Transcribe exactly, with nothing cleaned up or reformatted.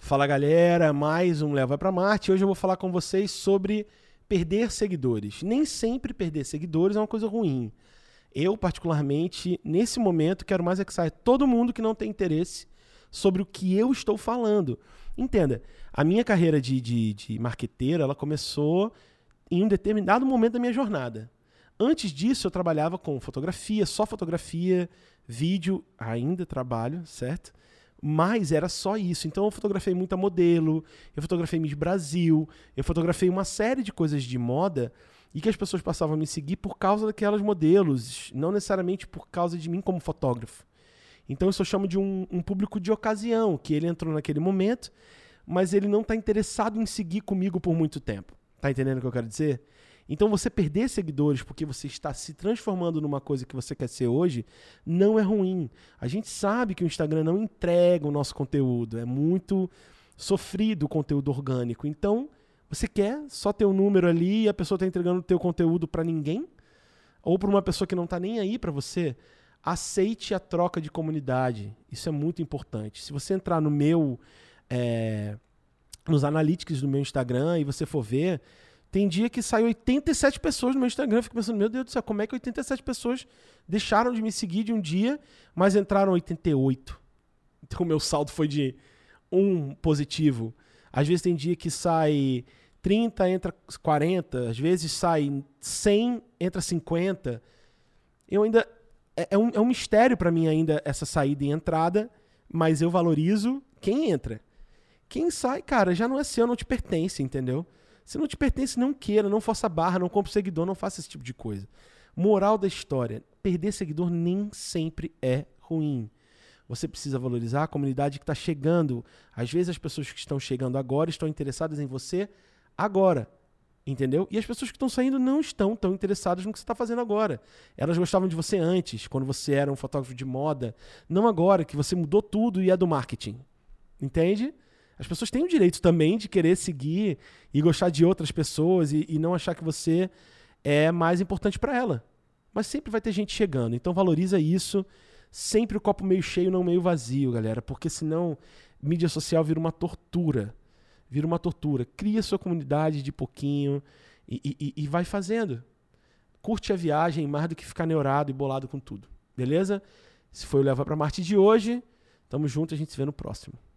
Fala galera, mais um Léo Vai Pra Marte. Hoje eu vou falar com vocês sobre perder seguidores. Nem sempre perder seguidores é uma coisa ruim. Eu, particularmente, nesse momento, quero mais é que saia todo mundo que não tem interesse sobre o que eu estou falando. Entenda, a minha carreira de, de, de marqueteiro, ela começou em um determinado momento da minha jornada. Antes disso, eu trabalhava com fotografia, só fotografia, vídeo, ainda trabalho, certo? Mas era só isso. Então eu fotografei muita modelo, eu fotografei Miss Brasil, eu fotografei uma série de coisas de moda e que as pessoas passavam a me seguir por causa daquelas modelos, não necessariamente por causa de mim como fotógrafo. Então isso eu chamo de um, um público de ocasião, que ele entrou naquele momento, mas ele não está interessado em seguir comigo por muito tempo. Tá entendendo o que eu quero dizer? Então você perder seguidores porque você está se transformando numa coisa que você quer ser hoje, não é ruim. A gente sabe que o Instagram não entrega o nosso conteúdo, é muito sofrido o conteúdo orgânico. Então, você quer só ter um número ali e a pessoa está entregando o teu conteúdo para ninguém? Ou para uma pessoa que não está nem aí para você? Aceite a troca de comunidade. Isso é muito importante. Se você entrar no meu, é, nos analytics do meu Instagram e você for ver, tem dia que sai oitenta e sete pessoas no meu Instagram. Eu fico pensando, meu Deus do céu, como é que oitenta e sete pessoas deixaram de me seguir de um dia, mas entraram oitenta e oito? Então o meu saldo foi de um positivo. Às vezes tem dia que sai trinta, entra quarenta. Às vezes sai cem, entra cinquenta. Eu ainda... É, é, um, é um mistério para mim ainda essa saída e entrada, mas eu valorizo quem entra. Quem sai, cara, já não é seu, não te pertence, entendeu? Se não te pertence, não queira, não força barra, não compre seguidor, não faça esse tipo de coisa. Moral da história, perder seguidor nem sempre é ruim. Você precisa valorizar a comunidade que está chegando. Às vezes as pessoas que estão chegando agora estão interessadas em você agora, entendeu? E as pessoas que estão saindo não estão tão interessadas no que você está fazendo agora. Elas gostavam de você antes, quando você era um fotógrafo de moda, não agora, que você mudou tudo e é do marketing. Entende? As pessoas têm o direito também de querer seguir e gostar de outras pessoas e, e não achar que você é mais importante para ela. Mas sempre vai ter gente chegando. Então valoriza isso. Sempre o copo meio cheio, não meio vazio, galera. Porque senão mídia social vira uma tortura. Vira uma tortura. Cria sua comunidade de pouquinho e, e, e vai fazendo. Curte a viagem mais do que ficar neurado e bolado com tudo. Beleza? Esse foi o Léo Vai Pra Marte de hoje. Tamo junto, a gente se vê no próximo.